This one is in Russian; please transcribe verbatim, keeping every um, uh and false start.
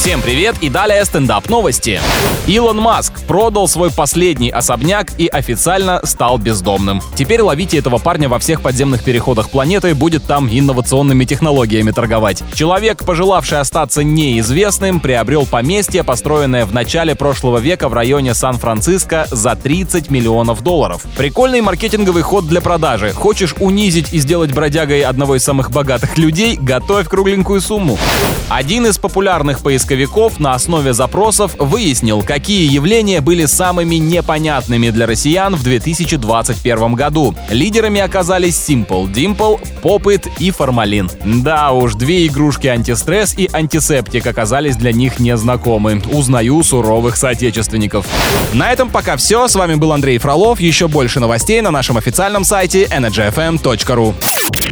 Всем привет и далее стендап новости. Илон Маск продал свой последний особняк и официально стал бездомным. Теперь ловите этого парня во всех подземных переходах планеты, будет там инновационными технологиями торговать. Человек, пожелавший остаться неизвестным, приобрел поместье, построенное в начале прошлого века в районе Сан-Франциско за тридцать миллионов долларов. Прикольный маркетинговый ход для продажи. Хочешь унизить и сделать бродягой одного из самых богатых людей? Готовь кругленькую сумму. Один из популярных поисковиков на основе запросов выяснил, какие явления были самыми непонятными для россиян в две тысячи двадцать первом году. Лидерами оказались Simple Dimple, Pop-It и формалин. Да уж, две игрушки антистресс и антисептик оказались для них незнакомы. Узнаю суровых соотечественников. На этом пока все. С вами был Андрей Фролов. Еще больше новостей на нашем официальном сайте энерджи эф эм точка ру.